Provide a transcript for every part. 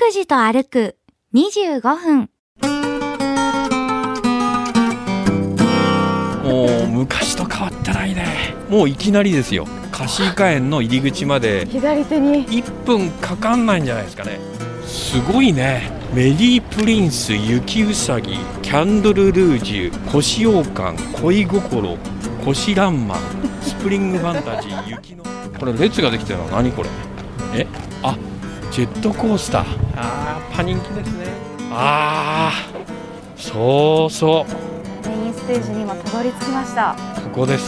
拓司と歩く25分。 もう昔と変わってないね。もういきなりですよ。かしいか園の入り口まで左手に 1分かかんないんじゃないですかね。すごいね。メリープリンス、雪うさぎ、キャンドルルージュ、コシオーカン、恋心、コシランマン、スプリングファンタジー、雪のこれ列ができてるのは何これ。あ、ジェットコースター。パニンキですね。そうそうメインステージに今たどり着きました。 ここです。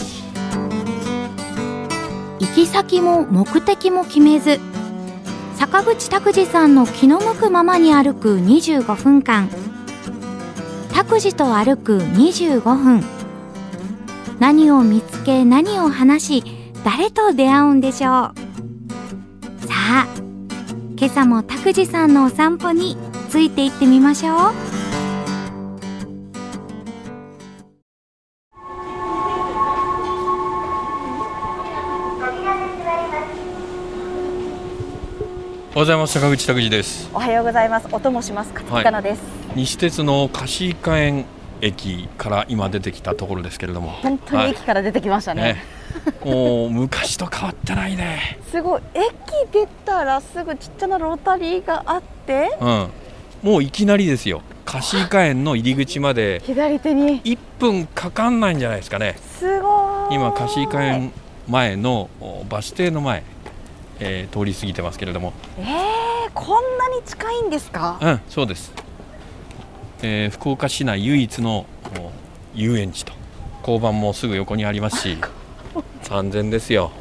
行き先も目的も決めず、坂口拓司さんの気の向くままに歩く25分間。拓司と歩く25分。何を見つけ、何を話し、誰と出会うんでしょう。さあ、今朝も拓司さんのお散歩についていってみましょう。 おはようございます。坂口拓司です。 おはようございます。お供します。勝木かなです。 西鉄のかしいか園駅から今出てきたところですけれども、 本当に駅から出てきましたね。 もう昔と変わってないね。 すごい。駅出たらすぐちっちゃなロータリーがあって、 もういきなりですよ。かしいか園の入り口まで左手に 1分かかんないんじゃないですかね。 すごい。 今かしいか園前のバス停の前、通り過ぎてますけれども、 こんなに近いんですか。 そうです。福岡市内唯一の遊園地と交番もすぐ横にありますし安全ですよ。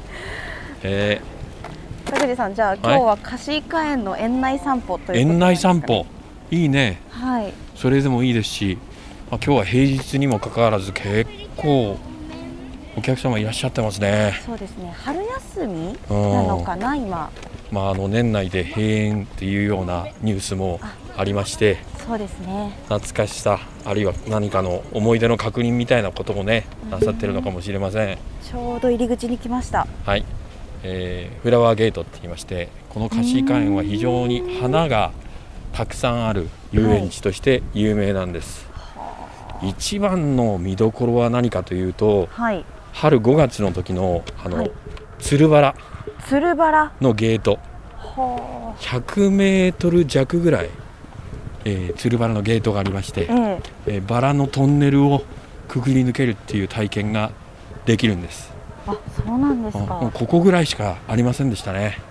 拓司さん、じゃあ今日はかしいか園の園内散歩ということで、 園内散歩いいね。 はい。それでもいいですし、今日は平日にもかかわらず結構お客様いらっしゃってますね。 そうですね。春休みなのかな今。 年内で閉園っていうようなニュースもありまして、 そうですね。 懐かしさ、あるいは何かの思い出の確認みたいなこともね、なさってるのかもしれません。 ちょうど入り口に来ました。 はい、フラワーゲートって言いまして、このかしいか園は非常に花がたくさんある遊園地として有名なんです。一番の見どころは何かというと、春5月の時のつるバラのゲート、100メートル弱ぐらい、つるバラのゲートがありまして、バラのトンネルをくぐり抜けるっていう体験ができるんです。 そうなんですか。 もうここぐらいしかありませんでしたね。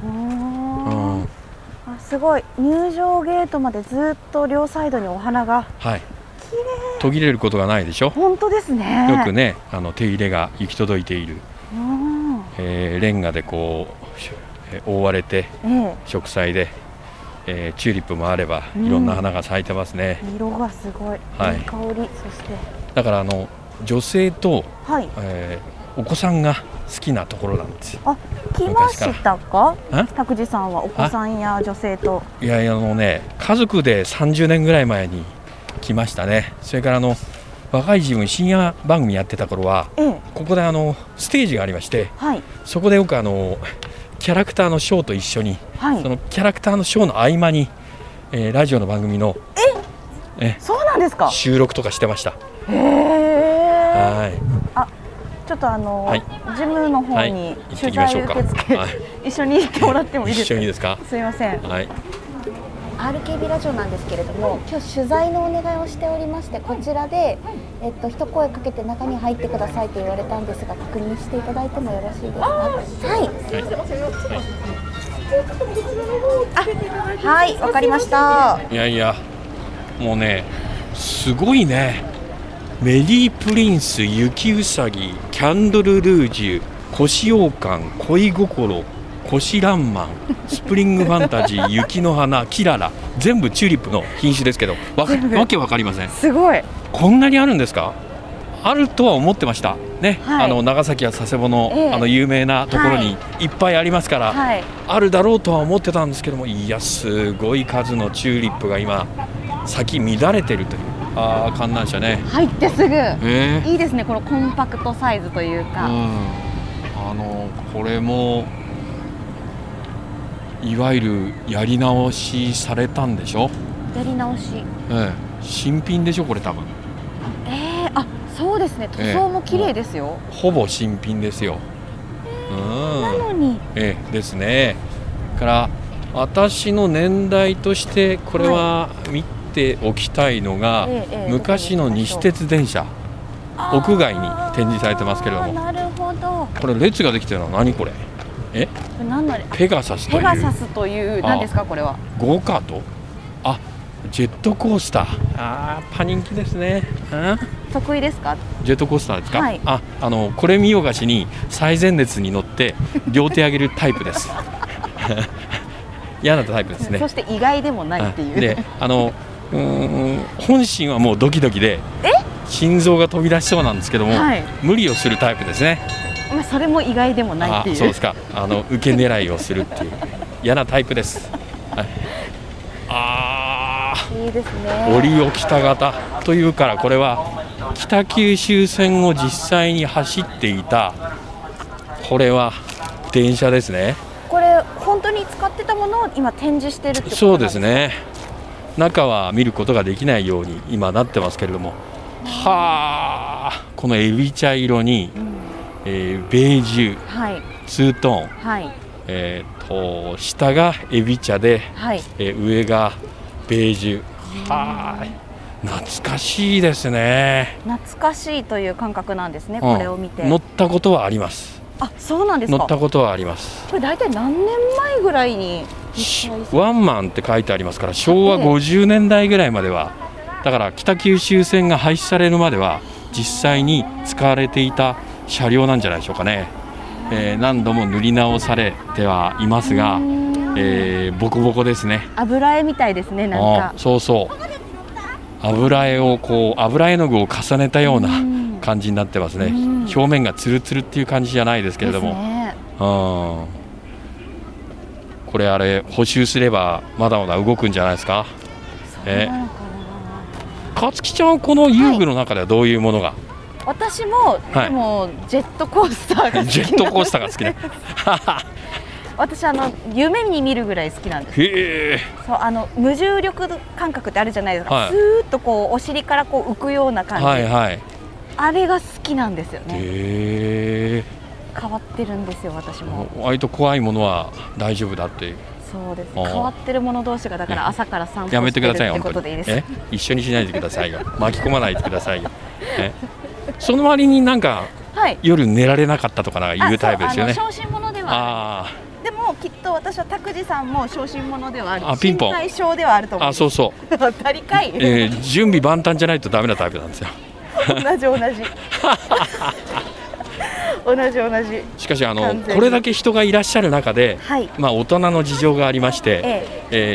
すごい。入場ゲートまでずっと両サイドにお花が、 途切れることがないでしょ。 本当ですね。 よくね、手入れが行き届いている、レンガでこう覆われて、植栽で、チューリップもあればいろんな花が咲いてますね。 色がすごい、いい香り。そしてだから女性と、お子さんが好きなところなんですよ。 来ましたか。拓司さんはお子さんや女性と。 いや家族で30年ぐらい前に来ましたね。それから若い自分深夜番組やってた頃は、ここでステージがありまして、そこでよくキャラクターのショーと一緒に、そのキャラクターのショーの合間に、ラジオの番組のそうなんですか。 収録とかしてました。 ちょっと事務の方に取材受付、一緒に行ってもらってもいいですか。 一緒にですか。 すいません。RKB ラジオなんですけれども、今日取材のお願いをしておりまして、こちらで、一声かけて中に入ってくださいと言われたんですが、確認していただいてもよろしいですか。はい、わかりました。 いやもうね、すごいね。メリープリンス、雪うさぎ、キャンドルルージュ、コシオーカン、恋心、コシランマン、スプリングファンタジー、雪の花、キララ、全部チューリップの品種ですけど、わけわかりません。 すごい。 こんなにあるんですか。あるとは思ってましたね。長崎や佐世保の、有名なところにいっぱいありますから、あるだろうとは思ってたんですけども、いや、すごい数のチューリップが今咲き乱れてるという。観覧車ね。 入ってすぐ、いいですね。このコンパクトサイズというか、 これもいわゆるやり直しされたんでしょ。 やり直し。 新品でしょこれ多分。 あ、そうですね。塗装も綺麗ですよ。 ほぼ新品ですよ。 なのに。 ですね。から私の年代としてこれは見ておきたいのが、昔の西鉄電車、屋外に展示されてますけれども。 なるほど。 これ列ができてるのは何これ？ 何のペガサスという。 ペガサスという何ですかこれは？ ゴーカート？ジェットコースター。パ人気ですね。 得意ですか？ ジェットコースターですか？ はい。 これ見よがしに最前列に乗って両手上げるタイプです。嫌なタイプですね。 そして意外でもないっていう。 で、本心はもうドキドキで心臓が飛び出しそうなんですけども、無理をするタイプですね。 それも意外でもないっていう。 そうですか。受け狙いをするっていう嫌なタイプです。 いいですね。 折尾北方というから、これは北九州線を実際に走っていた、これは電車ですね。 これ本当に使ってたものを今展示してるってことなんですか？ そうですね。中は見ることができないように今なってますけれども、このエビ茶色に、ベージュ、ツートーン、下がエビ茶で、上がベージュ。懐かしいですね。 懐かしいという感覚なんですね。これを見て乗ったことはあります。 そうなんですか。 乗ったことはあります。 これ大体何年前ぐらいにワンマンって書いてありますから、昭和50年代ぐらいまでは、だから北九州線が廃止されるまでは実際に使われていた車両なんじゃないでしょうかね。何度も塗り直されてはいますが、ボコボコですね。 油絵みたいですね。なんかそう油絵を油絵の具を重ねたような感じになってますね。表面がツルツルっていう感じじゃないですけれども、これ補修すればまだまだ動くんじゃないですか。かつきちゃん、この遊具の中ではどういうものが？ 私も、でもジェットコースターが好き。 ジェットコースターが好きね。 私夢に見るぐらい好きなんです。そう、無重力感覚ってあるじゃないですか。スーッとお尻から浮くような感じ。あれが好きなんですよね。変わってるんですよ、私も。 割と怖いものは大丈夫だっていう。 そうです。変わってるもの同士がだから朝から散歩してるやめてくださいよ。 ってことでいいです。 一緒にしないでくださいよ。巻き込まないでくださいよ。その割になんか、夜寝られなかったとかいうタイプですよね。 小心者ではでもきっと私は拓司さんも小心者ではある。身体症ではあると思う。 そうそう。 当たりかい。 準備万端じゃないとダメなタイプなんですよ。 同じ。しかしこれだけ人がいらっしゃる中で、大人の事情がありまして、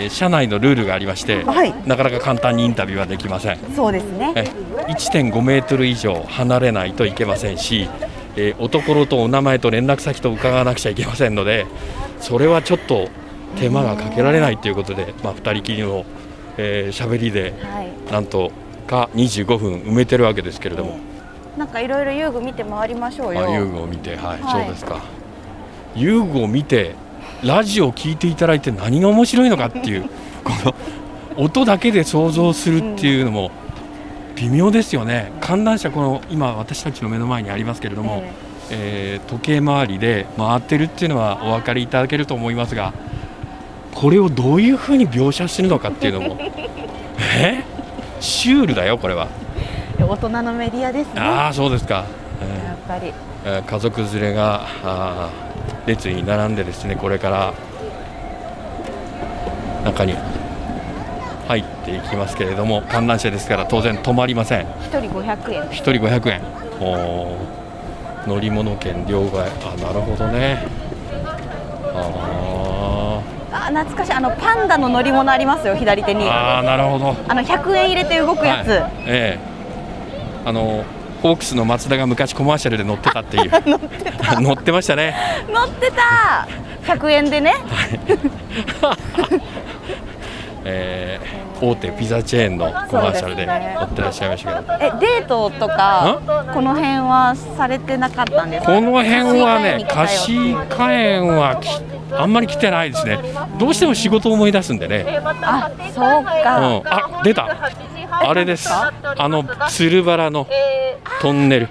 社内のルールがありまして、なかなか簡単にインタビューはできません。 そうですね。 1.5 メートル以上離れないといけませんし、おところとお名前と連絡先と伺わなくちゃいけませんので、それはちょっと手間がかけられないということで、2人きりの喋りでなんとか25分埋めてるわけですけれども、 なんかいろいろ遊具見て回りましょうよ。 遊具を見て、そうですか。遊具を見てラジオを聞いていただいて何が面白いのかっていうこの音だけで想像するっていうのも微妙ですよね。観覧車、この今私たちの目の前にありますけれども、時計回りで回ってるっていうのはお分かりいただけると思いますが、これをどういうふうに描写するのかっていうのもシュールだよこれは。 大人のメディアですね。 そうですか。 やっぱり家族連れが列に並んでですね、これから中に入っていきますけれども、観覧車ですから当然止まりません。 1人500円。 1人500円。乗り物券両替。なるほどね。 懐かしい。パンダの乗り物ありますよ、左手に。 なるほど。 100円入れて動くやつ。 ホークスの松田が昔コマーシャルで乗ってたっていう。乗ってましたね。 乗ってた。100円でね。 大手ピザチェーンのコマーシャルでやってらっしゃいましたけど、 デートとかこの辺はされてなかったんですか？ この辺はね、カシカ園はあんまり来てないですね。どうしても仕事を思い出すんでね。 あ、そうか、 あ、出た、あれです。つるバラのトンネル。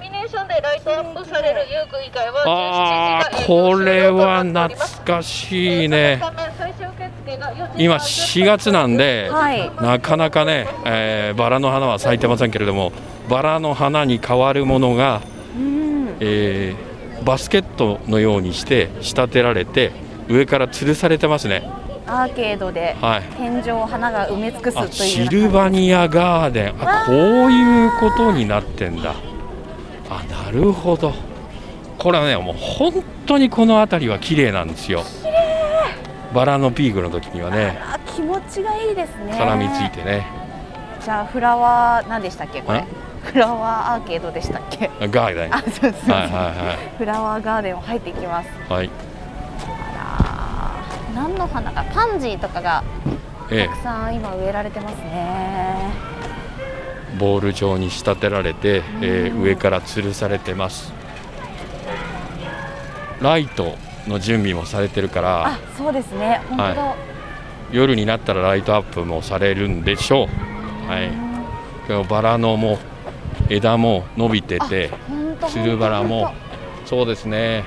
これは懐かしいね。今4月なんで、なかなかね、バラの花は咲いてませんけれども、バラの花に変わるものが、バスケットのようにして仕立てられて上から吊るされてますね。 アーケードで天井を花が埋め尽くすという、 シルバニアガーデン、こういうことになってんだ。なるほど。これはね、もう本当にこの辺りは綺麗なんですよ。バラのピークの時にはね、 気持ちがいいですね。 絡みついてね。 じゃあフラワー何でしたっけ、これフラワーアーケードでしたっけ？ ガーデン。 そうフラワーガーデンを入っていきます。 はい。 何の花か、パンジーとかがたくさん今植えられてますね。 ボール状に仕立てられて、上から吊るされてます。ライトの準備もされてるから、 そうですね、本当だ、 夜になったらライトアップもされるんでしょう。バラのも枝も伸びてて、つるバラもそうですね、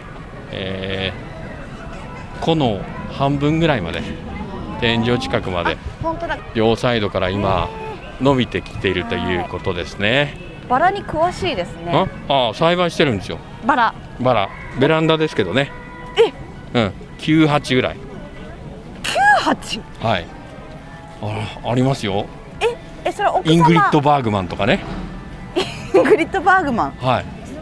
この半分ぐらいまで、天井近くまで両サイドから今伸びてきているということですね。 バラに詳しいですね。 栽培してるんですよ。バラベランダですけどね。9鉢ぐらい。 9鉢？ はい。ありますよ。 それ奥様？ イングリッド・バーグマンとかね。 イングリッド・バーグマン。 はい。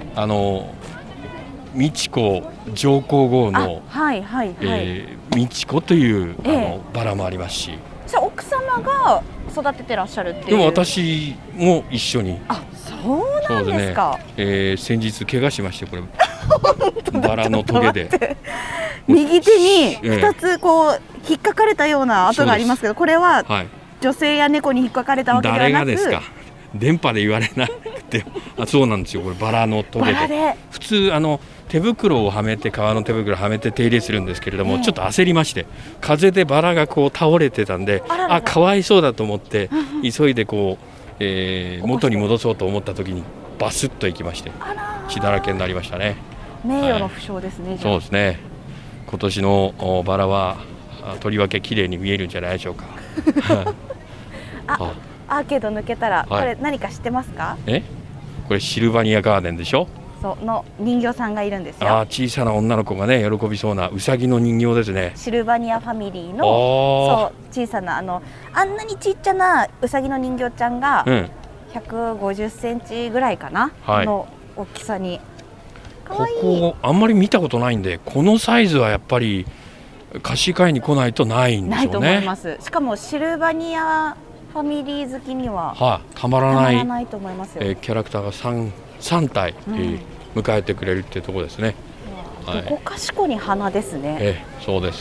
美智子上皇后の美智子というバラもありますし。 じゃあ奥様が育ててらっしゃるっていう。 でも私も一緒に。 そうなんですか。 先日怪我しまして、これバラのトゲで右手に2つこう引っかかれたような跡がありますけど、これは女性や猫に引っかかれたわけではなく。 誰がですか。電波で言われなくてそうなんですよ。これバラのトゲで普通手袋をはめて、革の手袋をはめて手入れするんですけれども、ちょっと焦りまして、風でバラがこう倒れてたんで、かわいそうだと思って急いでこう、元に戻そうと思った時にバスッといきまして、血だらけになりましたね。 名誉の負傷ですね。 そうですね。今年のバラはとりわけ綺麗に見えるんじゃないでしょうか。 アーケード抜けたら、これ何か知ってますか？ これシルバニアガーデンでしょ。 の人形さんがいるんですよ。 小さな女の子がね喜びそうなウサギの人形ですね。 シルバニアファミリーの小さなあんなにちっちゃなウサギの人形ちゃんが150センチぐらいかな、の大きさに。 ここあんまり見たことないんで、このサイズはやっぱり貸し会に来ないとないんでしょうね。 ないと思います。しかもシルバニアファミリー好きにはたまらないと思いますよ。 キャラクターが3体、迎えてくれるっていうところですね。 どこかしこに花ですね。 そうです。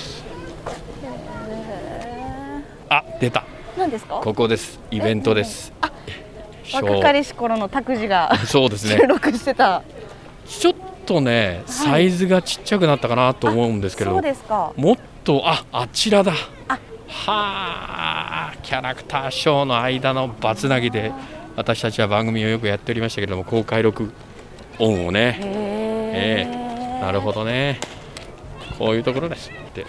出た。 何ですか？ ここです。イベントです。 若かりし頃の拓司がそうですね。 収録してた。 ちょっとね、サイズがちっちゃくなったかなと思うんですけど、 そうですか。 もっとあちらだ。キャラクターショーの間のバツナギで私たちは番組をよくやっておりましたけれども、公開録音をね。なるほどね。こういうところです。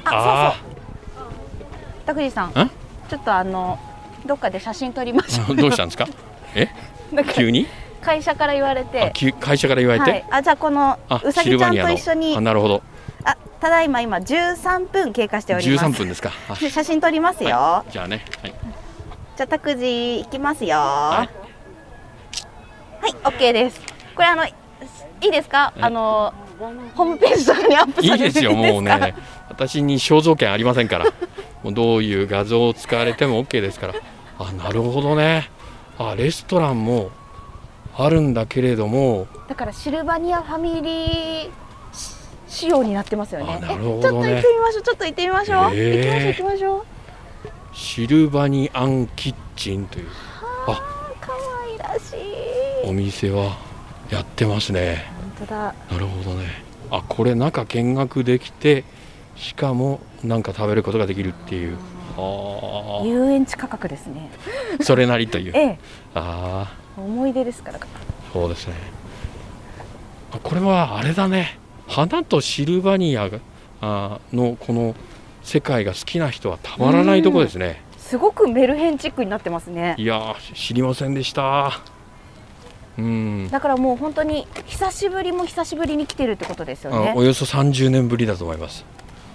拓司さん、ちょっとどっかで写真撮りましょう。 どうしたんですか？急に会社から言われて。 会社から言われて、 じゃあこのうさぎちゃんと一緒に。 なるほど。 ただいま13分経過しております。 13分ですか。 写真撮りますよ。 じゃあね。 じゃあ拓司行きますよ。はい、OK です。これいいですか？ホームページとかにアップされていいですか？いいですよ。もうね、私に肖像権ありませんから。もうどういう画像を使われても OK ですから。なるほどね。レストランもあるんだけれども、 だからシルバニアファミリー仕様になってますよね。 なるほどね。 ちょっと行ってみましょう。行きましょう。 シシルバニアンキッチンという可愛らしいお店はやってますね。 本当だ。 なるほどね。これ中見学できて、しかもなんか食べることができるっていう、 遊園地価格ですね。 それなりというええ、思い出ですから。 そうですね。これはあれだね、花とシルバニアのこの世界が好きな人はたまらないとこですね。 すごくメルヘンチックになってますね。 いや知りませんでした。 だからもう本当に久しぶりに来てるってことですよね。 およそ30年ぶりだと思います。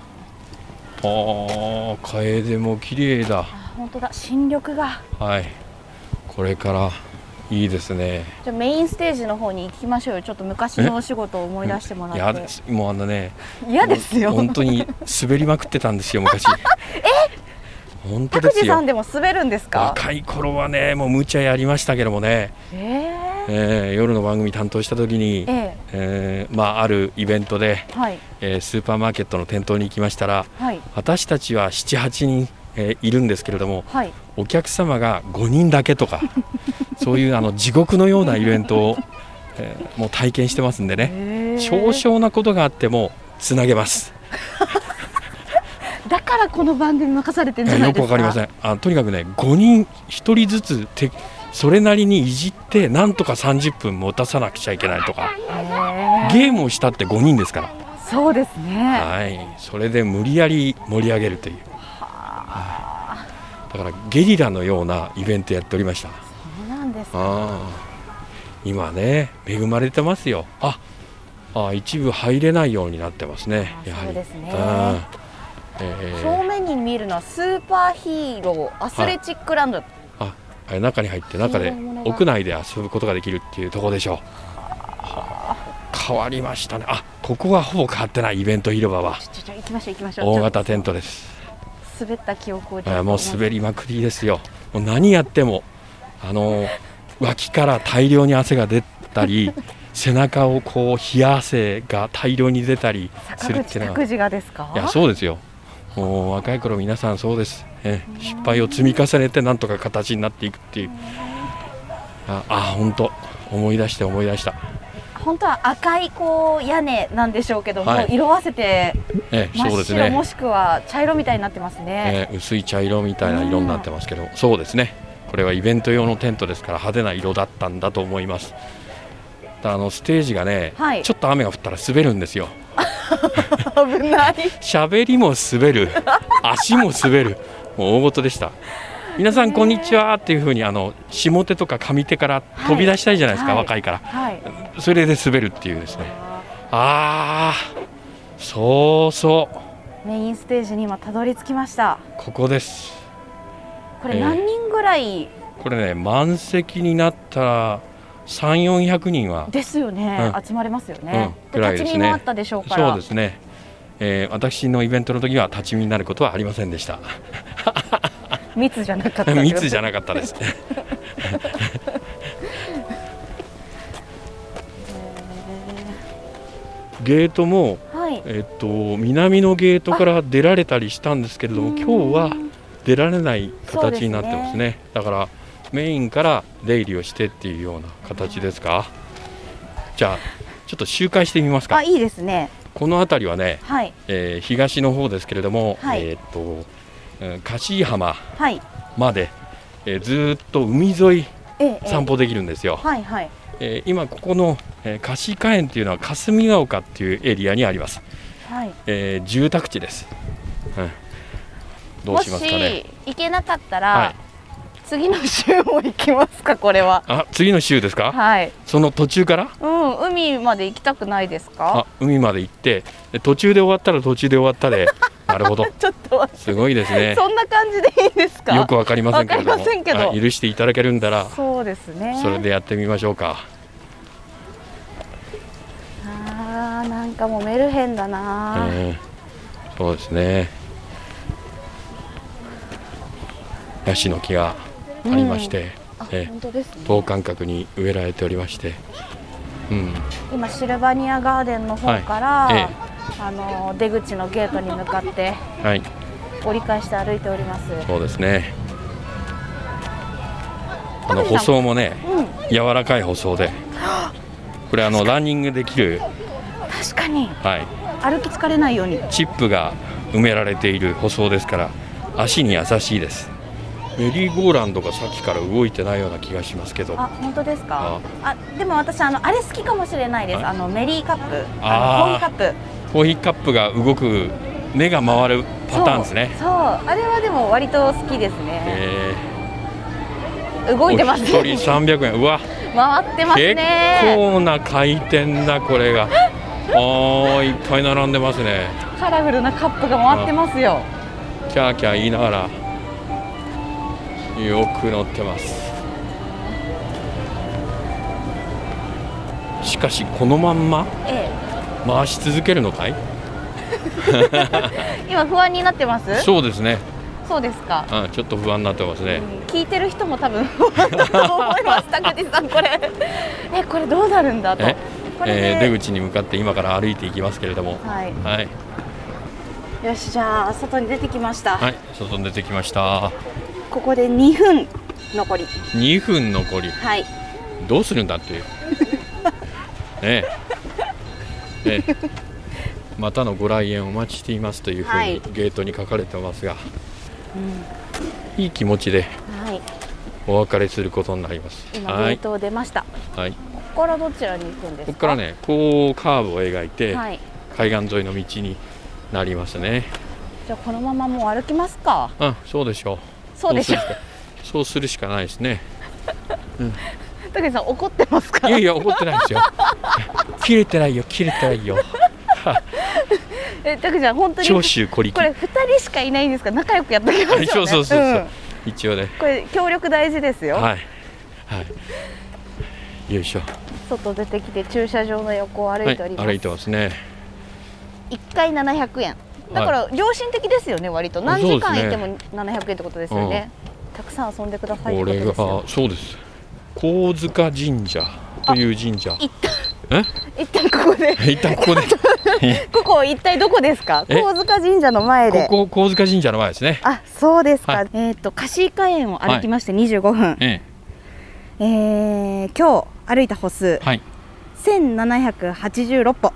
楓も綺麗だ。 本当だ、新緑が。 はい、これからいいですね。 じゃあメインステージの方に行きましょうよ。ちょっと昔のお仕事を思い出してもらって。 嫌です。もうね、 嫌ですよ。 本当に滑りまくってたんですよ昔。本当ですよ。 拓司さんでも滑るんですか？ 若い頃はね、もう無茶やりましたけどもね。夜の番組担当した時に、あるイベントで、スーパーマーケットの店頭に行きましたら、私たちは 7,8 人、いるんですけれども、お客様が5人だけとかそういう地獄のようなイベントを、もう体験してますんでね、少々なことがあってもつなげます。 だからこの番組任されてるんじゃないですか？ よくわかりません。とにかくね、5人1人ずつそれなりにいじってなんとか30分持たさなくちゃいけないとか、ゲームをしたって5人ですから。 そうですね。 それで無理やり盛り上げるという、だからゲリラのようなイベントやっておりました。 そうなんですか。 今ね、恵まれてますよ。一部入れないようになってますね。やはりそうですね。 正面に見るのはスーパーヒーローアスレチックランド。 中に入って中で屋内で遊ぶことができるっていうところでしょう。変わりましたね。ここはほぼ変わってない。イベント広場は行きましょう。 大型テントです。 滑った記憶をもう滑りまくりですよ。もう何やっても脇から大量に汗が出たり背中をこう冷や汗が大量に出たりするっていうのは。 拓司がですか？ いや、そうですよ。もう若い頃皆さんそうです。失敗を積み重ねてなんとか形になっていくっていう。本当思い出した。 本当は赤い屋根なんでしょうけども、色あせて真っ白もしくは茶色みたいになってますね。 薄い茶色みたいな色になってますけど、そうですね。これはイベント用のテントですから派手な色だったんだと思います。ステージがね、ちょっと雨が降ったら滑るんですよ。 危ない。 喋りも滑る、足も滑る、もう大事でした。皆さんこんにちはっていう風に下手とか上手から飛び出したいじゃないですか、若いから、それで滑るっていうですね。そうメインステージに今たどり着きました。 ここです。 これ何人ぐらい？ これね、満席になったら3、400人はですよね、集まれますよね。立ち見もあったでしょうから。 そうですね。私のイベントの時は立ち見になることはありませんでした。 密じゃなかった。 密じゃなかったです。ゲートも、南のゲートから出られたりしたんですけれども、今日は出られない形になってますね。だからメインから出入りをしてっていうような形ですか。じゃあちょっと周回してみますか。 いいですね。 この辺りはね、東の方ですけれども、樫浜まで、ずっと海沿い散歩できるんですよ。今ここの樫花園っていうのは霞ヶ丘っていうエリアにあります。住宅地です。どうしますかね。 もし行けなかったら、次の週も行きますか？これは次の週ですか？その途中から、 海まで行きたくないですか？ 海まで行って途中で終わったら途中で終わったでなるほど。 ちょっとすごいですね。 そんな感じでいいですか？ よくわかりませんけれども、許していただけるんだら、 そうですね、 それでやってみましょうか。 なんかもうメルヘンだな。 そうですね。ヤシの木がありまして、等間隔に植えられておりまして、 今シルバニアガーデンの方から、出口のゲートに向かって、折り返して歩いております。 そうですね。 舗装もね、柔らかい舗装で、これランニングできる、 確かに、 はい、 歩き疲れないようにチップが埋められている舗装ですから、足に優しいです。メリーゴーランドがさっきから動いてないような気がしますけど。 あ、本当ですか。でも私あれ好きかもしれないです。メリーカップ、コーヒーカップ。 コーヒーカップが動く、目が回るパターンですね。 そう、あれはでも割と好きですね。動いてますね。 お一人300円。うわ、 回ってますね。 結構な回転だこれが。いっぱい並んでますね。 カラフルなカップが回ってますよ。 キャーキャー言いながらよく乗ってます。しかしこのまんま回し続けるのかい？ 今不安になってます？ そうですね。 そうですか。 ちょっと不安になってますね。 聞いてる人も多分不安だと思います。拓司さん、これこれどうなるんだと。 出口に向かって今から歩いていきますけれども、 はい、 はい、 よし、じゃあ外に出てきました。 はい、外に出てきました。 ここで2分残り。 2分残り。 はい。 どうするんだっていう。ねえ。またのご来園お待ちしていますというふうにゲートに書かれてますが、いい気持ちでお別れすることになります。 今ゲートを出ました。はい。ここからどちらに行くんですか？ ここからね、こうカーブを描いて、海岸沿いの道になりますね。 じゃあこのままもう歩きますか？ そうでしょう。 そうでしょう。 そうするしかないですね。 拓司さん怒ってますか？ いやいや怒ってないですよ。切れてないよ、切れてないよ。 拓司さん本当に長州小力。 これ2人しかいないんですか？仲良くやっておきましょうね。 そう。一応ね。 これ協力大事ですよ。 はい。よいしょ。 外出てきて駐車場の横を歩いております。 歩いてますね。 1回700円。だから良心的ですよね、割と。何時間いても700円ってことですよね。たくさん遊んでくださいってことですよ。 そうです。神塚神社という神社。 一旦ここで。ここ一体どこですか？神塚神社の前で。 ここ神塚神社の前ですね。 そうですか。かしいか園を歩きまして25分。今日歩いた歩数、1786歩。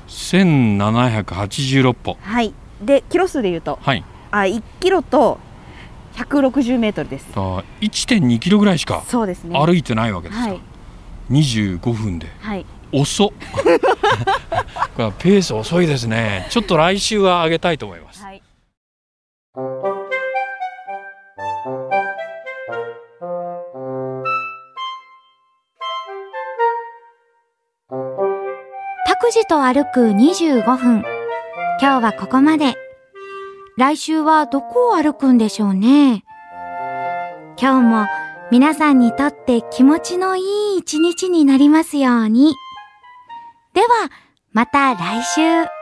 1786歩。 はい。でキロ数でいうと、1キロと160メートルです。 1.2 キロぐらいしかそうですね。 歩いてないわけですか。25分で。遅っ。ペース遅いですね。ちょっと来週は上げたいと思います。 拓司と歩く25分。今日はここまで。来週はどこを歩くんでしょうね。今日も皆さんにとって気持ちのいい一日になりますように。では、また来週。